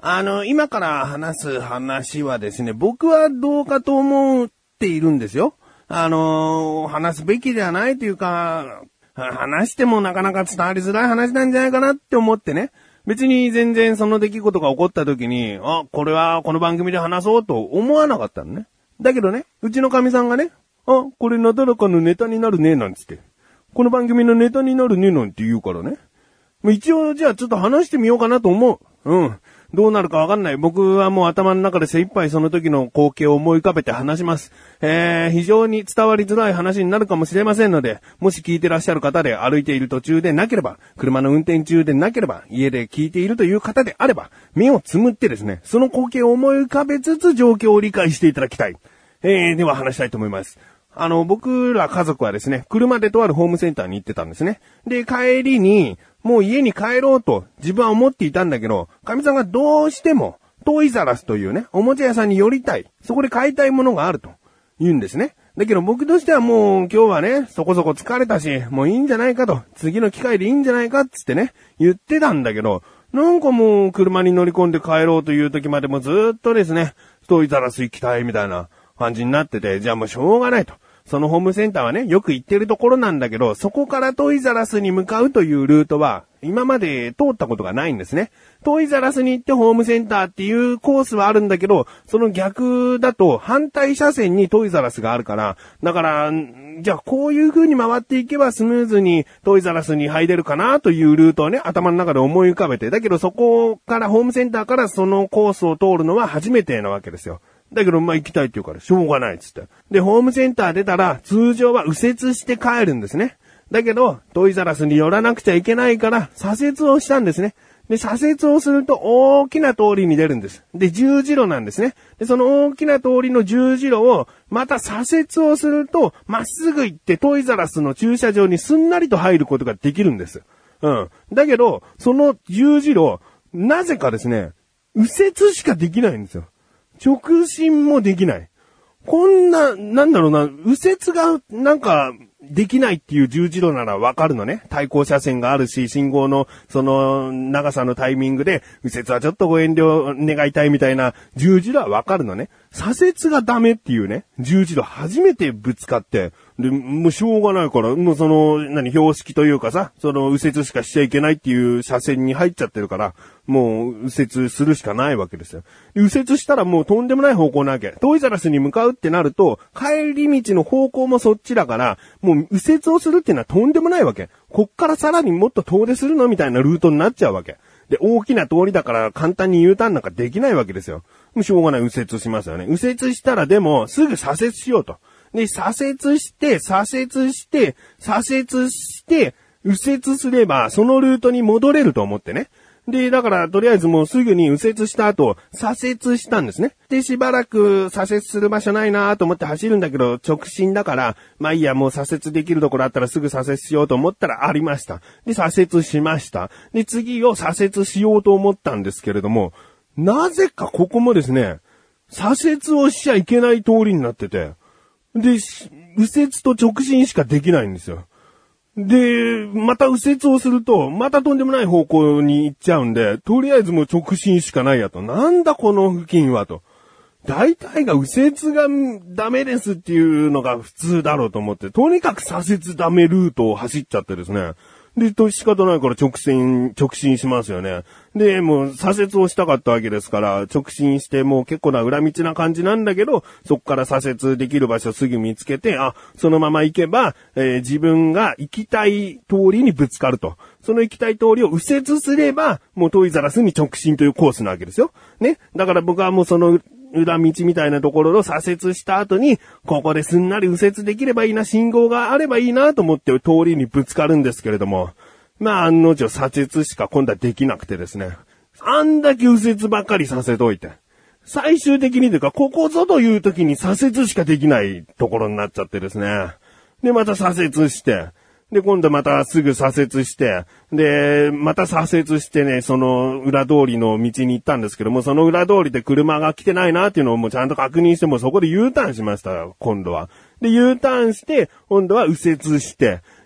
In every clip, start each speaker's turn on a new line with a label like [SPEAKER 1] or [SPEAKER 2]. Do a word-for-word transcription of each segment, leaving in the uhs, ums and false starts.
[SPEAKER 1] あの、今から話す話はですね、僕はどうかと思っているんですよ。あの、話すべきではないというか、話してもなかなか伝わりづらい話なんじゃないかなって思ってね。別に全然その出来事が起こった時に、あ、これはこの番組で話そうと思わなかったのね。だけどね、うちの神さんがね、あ、これなだらかのネタになるね、なんつって。この番組のネタになるね、なんて言うからね。一応じゃあちょっと話してみようかなと思う。うん。どうなるかわかんない。僕はもう頭の中で精一杯その時の光景を思い浮かべて話します。えー、非常に伝わりづらい話になるかもしれませんので、もし聞いてらっしゃる方で歩いている途中でなければ、車の運転中でなければ、家で聞いているという方であれば、目をつむってですね、その光景を思い浮かべつつ状況を理解していただきたい。えー、では話したいと思います。あの、僕ら家族はですね、車でとあるホームセンターに行ってたんですね。で、帰りに、もう家に帰ろうと自分は思っていたんだけど、神さんがどうしてもトイザラスというね、おもちゃ屋さんに寄りたい。そこで買いたいものがあると言うんですね。だけど僕としてはもう今日はね、そこそこ疲れたし、もういいんじゃないかと、次の機会でいいんじゃないかっつってね、言ってたんだけど、なんかもう車に乗り込んで帰ろうという時までもずっとですね、トイザラス行きたいみたいな感じになってて、じゃあもうしょうがないと。そのホームセンターはね、よく行ってるところなんだけど、そこからトイザラスに向かうというルートは、今まで通ったことがないんですね。トイザラスに行ってホームセンターっていうコースはあるんだけど、その逆だと反対車線にトイザラスがあるから、だから、じゃあこういう風に回っていけばスムーズにトイザラスに入れるかなというルートをね、頭の中で思い浮かべて、だけどそこからホームセンターからそのコースを通るのは初めてなわけですよ。だけど、まあ、行きたいって言うから、しょうがないっつって。で、ホームセンター出たら、通常は右折して帰るんですね。だけど、トイザラスに寄らなくちゃいけないから、左折をしたんですね。で、左折をすると、大きな通りに出るんです。で、十字路なんですね。で、その大きな通りの十字路を、また左折をすると、まっすぐ行って、トイザラスの駐車場にすんなりと入ることができるんです。うん。だけど、その十字路、なぜかですね、右折しかできないんですよ。直進もできない。こんな、なんだろうな、右折がなんかできないっていう十字路ならわかるのね。対向車線があるし、信号のその長さのタイミングで右折はちょっとご遠慮願いたいみたいな十字路はわかるのね。左折がダメっていうね、十字路初めてぶつかって、で、もうしょうがないから、もうその、何、標識というかさ、その右折しかしちゃいけないっていう車線に入っちゃってるから、もう右折するしかないわけですよ。右折したらもうとんでもない方向なわけ。トイザラスに向かうってなると、帰り道の方向もそっちだから、もう右折をするっていうのはとんでもないわけ。こっからさらにもっと遠出するのみたいなルートになっちゃうわけ。で、大きな通りだから簡単に U ターンなんかできないわけですよ。もうしょうがない右折しますよね。右折したらでも、すぐ左折しようと。で、左折して、左折して、左折して、右折すれば、そのルートに戻れると思ってね。で、だから、とりあえずもうすぐに右折した後、左折したんですね。で、しばらく左折する場所ないなと思って走るんだけど、直進だから、まあいいや、もう左折できるところあったらすぐ左折しようと思ったらありました。で、左折しました。で、次を左折しようと思ったんですけれども、なぜかここもですね、左折をしちゃいけない通りになってて、で、右折と直進しかできないんですよ。で、また右折をすると、またとんでもない方向に行っちゃうんで、とりあえずもう直進しかないやと。なんだこの付近はと。大体が右折がダメですっていうのが普通だろうと思って、とにかく左折ダメルートを走っちゃってですね。で、と仕方ないから直進、直進しますよね。で、もう左折をしたかったわけですから、直進してもう結構な裏道な感じなんだけど、そこから左折できる場所すぐ見つけて、あ、そのまま行けば、えー、自分が行きたい通りにぶつかると。その行きたい通りを右折すれば、もうトイザラスに直進というコースなわけですよ。ね。だから僕はもうその、裏道みたいなところを左折した後に、ここですんなり右折できればいいな、信号があればいいなと思って通りにぶつかるんですけれども、まあ案の定左折しか今度はできなくてですね、あんだけ右折ばっかりさせといて、最終的にというか、ここぞという時に左折しかできないところになっちゃってですね、でまた左折して、で、今度またすぐ左折して、で、また左折してね、その裏通りの道に行ったんですけども、その裏通りで車が来てないなっていうのをもうちゃんと確認しても、そこで U ターンしました、今度は。で、U ターンして、今度は右折して、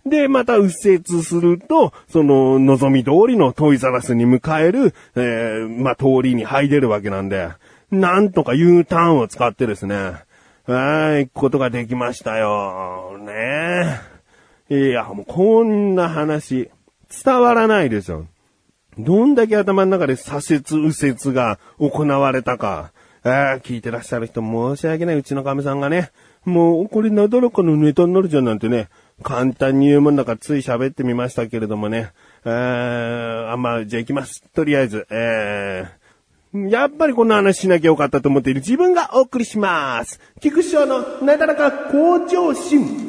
[SPEAKER 1] で、また右折すると、その、望み通りのトイザラスに迎える、えー、まあ、通りに入れるわけなんで、なんとか U ターンを使ってですね、はい、行くことができましたよ。ねえ。いや、もうこんな話、伝わらないですよ。どんだけ頭の中で左折右折が行われたか。えー、聞いてらっしゃる人申し訳ない。うちの神さんがね、もうこれなだらかのネタになるじゃんなんてね、簡単に言うもんだからつい喋ってみましたけれどもね。えー、あ、まあ、じゃあ行きます。とりあえず、えー、やっぱりこんな話しなきゃよかったと思っている自分がお送りします。菊師匠のなだらか向上心。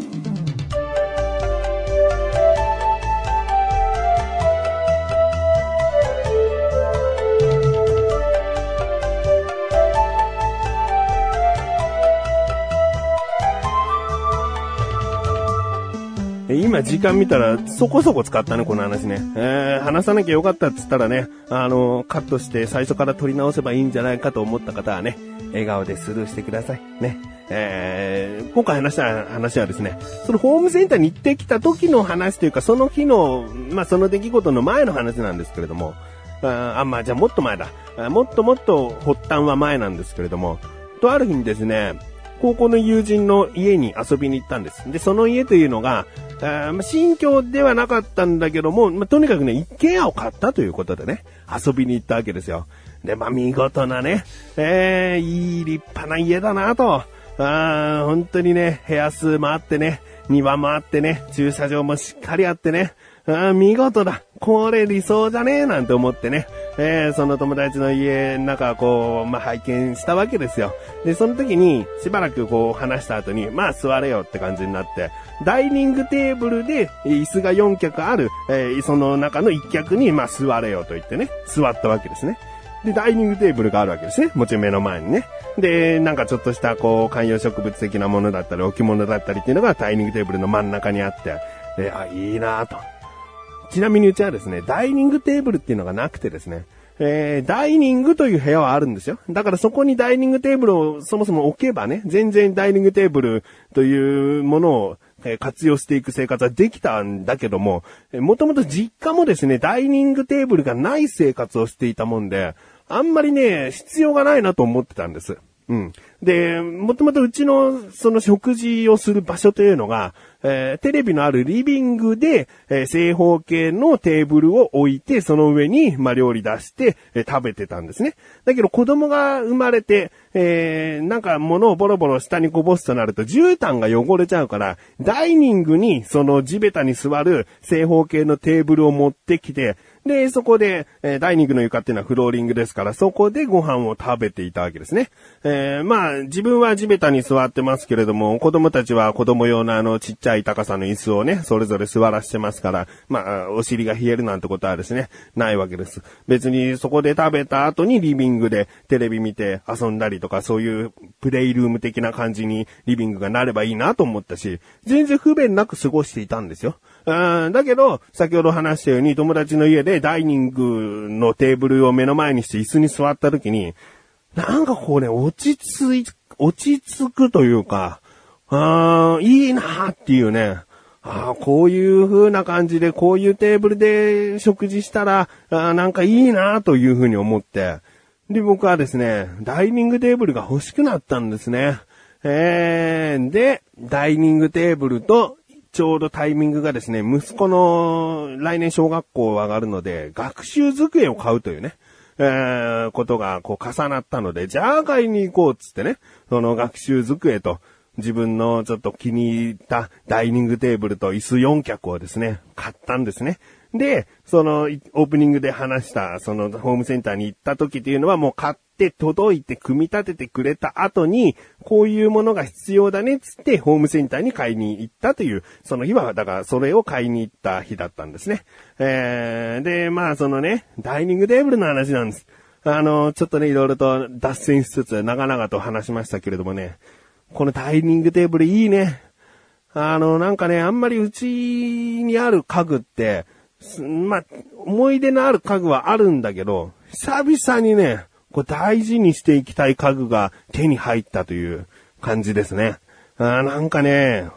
[SPEAKER 1] 今時間見たらそこそこ使ったね、この話ね。えー、話さなきゃよかったって言ったらね、あのー、カットして最初から撮り直せばいいんじゃないかと思った方はね、笑顔でスルーしてください。ね。えー、今回話した話はですね、そのホームセンターに行ってきた時の話というか、その日の、まあ、その出来事の前の話なんですけれども、あ、あまあ、じゃあもっと前だ。もっともっと発端は前なんですけれども、とある日にですね、高校の友人の家に遊びに行ったんです。で、その家というのが、あまあ、新居ではなかったんだけども、まあ、とにかくね、一軒家を買ったということでね、遊びに行ったわけですよ。で、まあ、見事なね、えー、いい立派な家だなと。あ本当にね、部屋数もあってね、庭もあってね、駐車場もしっかりあってね、あ見事だ。これ理想じゃねえなんて思ってね、えー、その友達の家の中こう、まあ、拝見したわけですよ。で、その時にしばらくこう話した後に、まあ座れよって感じになって、ダイニングテーブルで椅子がよん脚ある、えー、その中のいっ脚にまあ座れよと言ってね、座ったわけですね。で、ダイニングテーブルがあるわけですね。もちろん目の前にね。で、なんかちょっとしたこう観葉植物的なものだったり置物だったりっていうのがダイニングテーブルの真ん中にあって、で、あ、いいなぁと。ちなみにうちはですね、ダイニングテーブルっていうのがなくてですね、えー、ダイニングという部屋はあるんですよ。だからそこにダイニングテーブルをそもそも置けばね、全然ダイニングテーブルというものを活用していく生活はできたんだけども、もともと実家もですね、ダイニングテーブルがない生活をしていたもんで、あんまりね、必要がないなと思ってたんです。うん。で、もともとうちのその食事をする場所というのが、えー、テレビのあるリビングで、えー、正方形のテーブルを置いて、その上に、まあ、料理出して、えー、食べてたんですね。だけど子供が生まれて、えー、なんか物をボロボロ下にこぼすとなると、絨毯が汚れちゃうから、ダイニングにその地べたに座る正方形のテーブルを持ってきて、で、そこで、えー、ダイニングの床っていうのはフローリングですから、そこでご飯を食べていたわけですね。えー、まあ、自分は地べたに座ってますけれども、子供たちは子供用のあのちっちゃい高さの椅子をね、それぞれ座らせてますから、まあ、お尻が冷えるなんてことはですね、ないわけです。別にそこで食べた後にリビングでテレビ見て遊んだりとか、そういうプレイルーム的な感じにリビングがなればいいなと思ったし、全然不便なく過ごしていたんですよ。うん、だけど、先ほど話したように友達の家でダイニングのテーブルを目の前にして椅子に座った時に、なんかこうね、落ち着い、落ち着くというか、あーいいなーっていうね、あーこういう風な感じで、こういうテーブルで食事したら、あーなんかいいなーという風に思って、で、僕はですね、ダイニングテーブルが欲しくなったんですね。えー、で、ダイニングテーブルと、ちょうどタイミングがですね、息子の来年小学校上がるので、学習机を買うというね、えー、ことがこう重なったので、じゃあ買いに行こうっつってね、その学習机と自分のちょっと気に入ったダイニングテーブルと椅子よん脚をですね、買ったんですね。で、そのオープニングで話したそのホームセンターに行った時っていうのはもう買って届いて組み立ててくれた後にこういうものが必要だねっつってホームセンターに買いに行ったというその日はだからそれを買いに行った日だったんですね。えー、でまあそのねダイニングテーブルの話なんです。あのちょっとねいろいろと脱線しつつ長々と話しましたけれどもね、このダイニングテーブルいいね。あのなんかねあんまりうちにある家具ってまあ、思い出のある家具はあるんだけど、久々にね、こう大事にしていきたい家具が手に入ったという感じですね。あなんかね、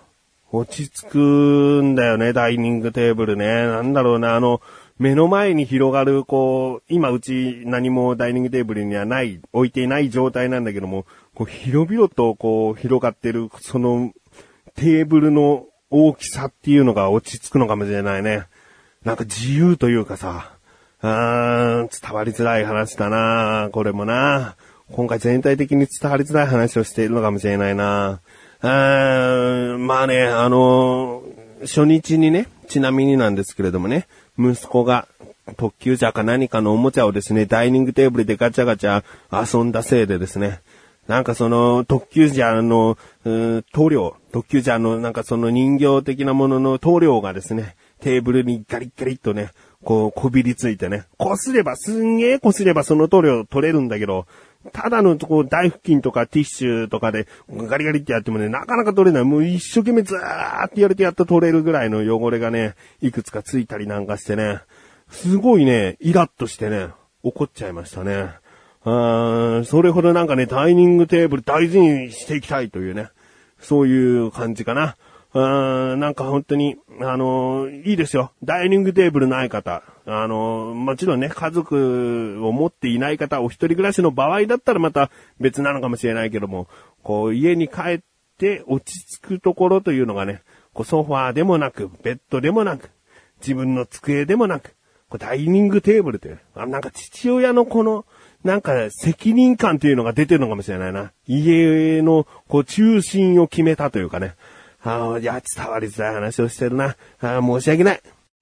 [SPEAKER 1] 落ち着くんだよね、ダイニングテーブルね。なんだろうな、あの、目の前に広がる、こう、今うち何もダイニングテーブルにはない、置いていない状態なんだけども、こう広々とこう広がってる、そのテーブルの大きさっていうのが落ち着くのかもしれないね。なんか自由というかさ、あー伝わりづらい話だな、これもな。今回全体的に伝わりづらい話をしているのかもしれないな。あーまあね、あのー、初日にね、ちなみになんですけれどもね、息子が特急ジャーか何かのおもちゃをですね、ダイニングテーブルでガチャガチャ遊んだせいでですね、なんかその特急ジャーの塗料、特急ジャーのなんかその人形的なものの塗料がですね、テーブルにガリッガリッとね、こうこびりついてね、こすればすんげーこすればその塗料取れるんだけど、ただのこう台拭きとかティッシュとかでガリガリってやってもね、なかなか取れない。もう一生懸命ずーってやれてやっと取れるぐらいの汚れがね、いくつかついたりなんかしてね、すごいね、イラッとしてね、怒っちゃいましたね。あー、それほどなんかね、ダイニングテーブル大事にしていきたいというね、そういう感じかな。あー、なんか本当に、あのー、いいですよ。ダイニングテーブルない方。あのー、もちろんね、家族を持っていない方、お一人暮らしの場合だったらまた別なのかもしれないけども、こう、家に帰って落ち着くところというのがね、こうソファーでもなく、ベッドでもなく、自分の机でもなく、こうダイニングテーブルって、あ、なんか父親のこの、なんか責任感というのが出てるのかもしれないな。家の、こう、中心を決めたというかね。ああ、いや、伝わりづらい話をしてるな。ああ、申し訳ない。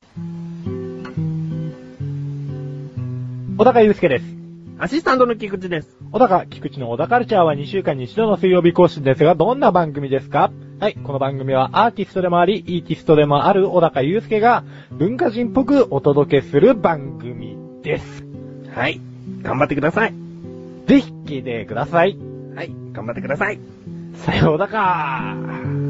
[SPEAKER 2] 小高祐介です。
[SPEAKER 1] アシスタントの菊池です。
[SPEAKER 2] 小高、菊池の小高カルチャーはにしゅうかんに一度の水曜日更新ですが、どんな番組ですか？はい、この番組はアーティストでもあり、イーティストでもある小高祐介が文化人っぽくお届けする番組です。
[SPEAKER 1] はい、頑張ってください。
[SPEAKER 2] ぜひ聞いてください。
[SPEAKER 1] はい、頑張ってください。
[SPEAKER 2] さようだかー。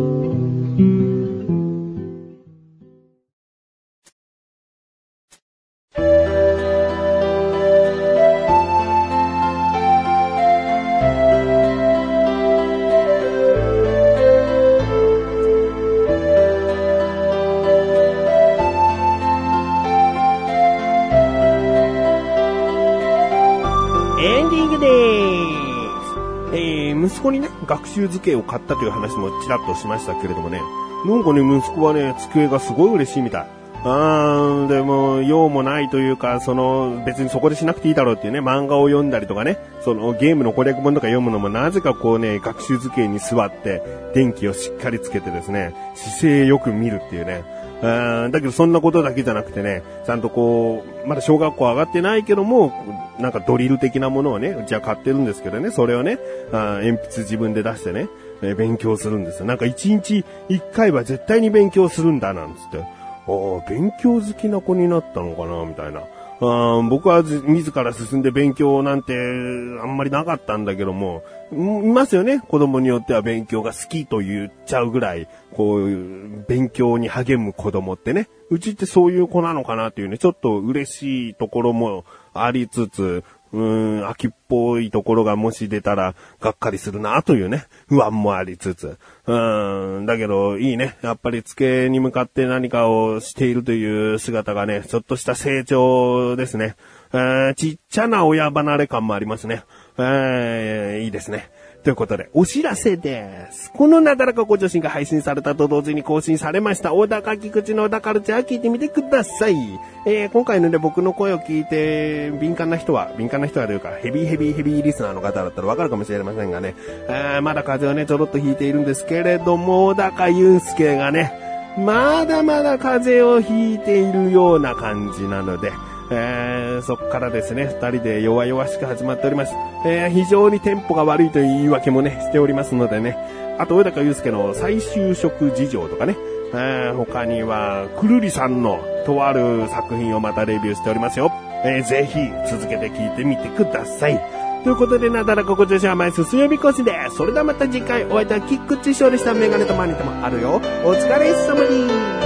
[SPEAKER 1] 息子にね、学習机を買ったという話もちらっとしましたけれどもね、なんかね、息子はね、机がすごい嬉しいみたい。あー、でも、用もないというか、その、別にそこでしなくていいだろうっていうね、漫画を読んだりとかね、その、ゲームの攻略本とか読むのもなぜかこうね、学習机に座って、電気をしっかりつけてですね、姿勢よく見るっていうね。あー、だけどそんなことだけじゃなくてね、ちゃんとこう、まだ小学校上がってないけども、なんかドリル的なものをね、うちは買ってるんですけどね、それをね、あ鉛筆自分で出してね、えー、勉強するんですよ。なんか一日一回は絶対に勉強するんだなんつって。ああ、勉強好きな子になったのかなみたいな。あ僕は自ら進んで勉強なんてあんまりなかったんだけども、いますよね。子供によっては勉強が好きと言っちゃうぐらい、こういう勉強に励む子供ってね。うちってそういう子なのかなっていうね、ちょっと嬉しいところもありつつ、うーん、秋っぽいところがもし出たら、がっかりするなというね、不安もありつつ。うーん、だけど、いいね。やっぱり机に向かって何かをしているという姿がね、ちょっとした成長ですね。ちっちゃな親離れ感もありますね。いいですね。ということで、お知らせです。このなだらかご助身が配信されたと同時に更新されました、小高菊池の小高カルチャー聞いてみてください。えー、今回のね、僕の声を聞いて、敏感な人は、敏感な人はというか、ヘビーヘビーヘビーリスナーの方だったらわかるかもしれませんがね、えー、まだ風邪をね、ちょろっと引いているんですけれども、小高祐介がね、まだまだ風邪を引いているような感じなので、えー、そこからですね、二人で弱々しく始まっております。えー、非常にテンポが悪いという言い訳もね、しておりますのでね。あと、小高祐介の再就職事情とかね。えー、他には、くるりさんのとある作品をまたレビューしておりますよ。えー、ぜひ続けて聞いてみてください。ということで、なだらかご助身は毎週水曜日更新です。それではまた次回、お会いいたい菊池勝利したメガネとマネともあるよ。お疲れ様に。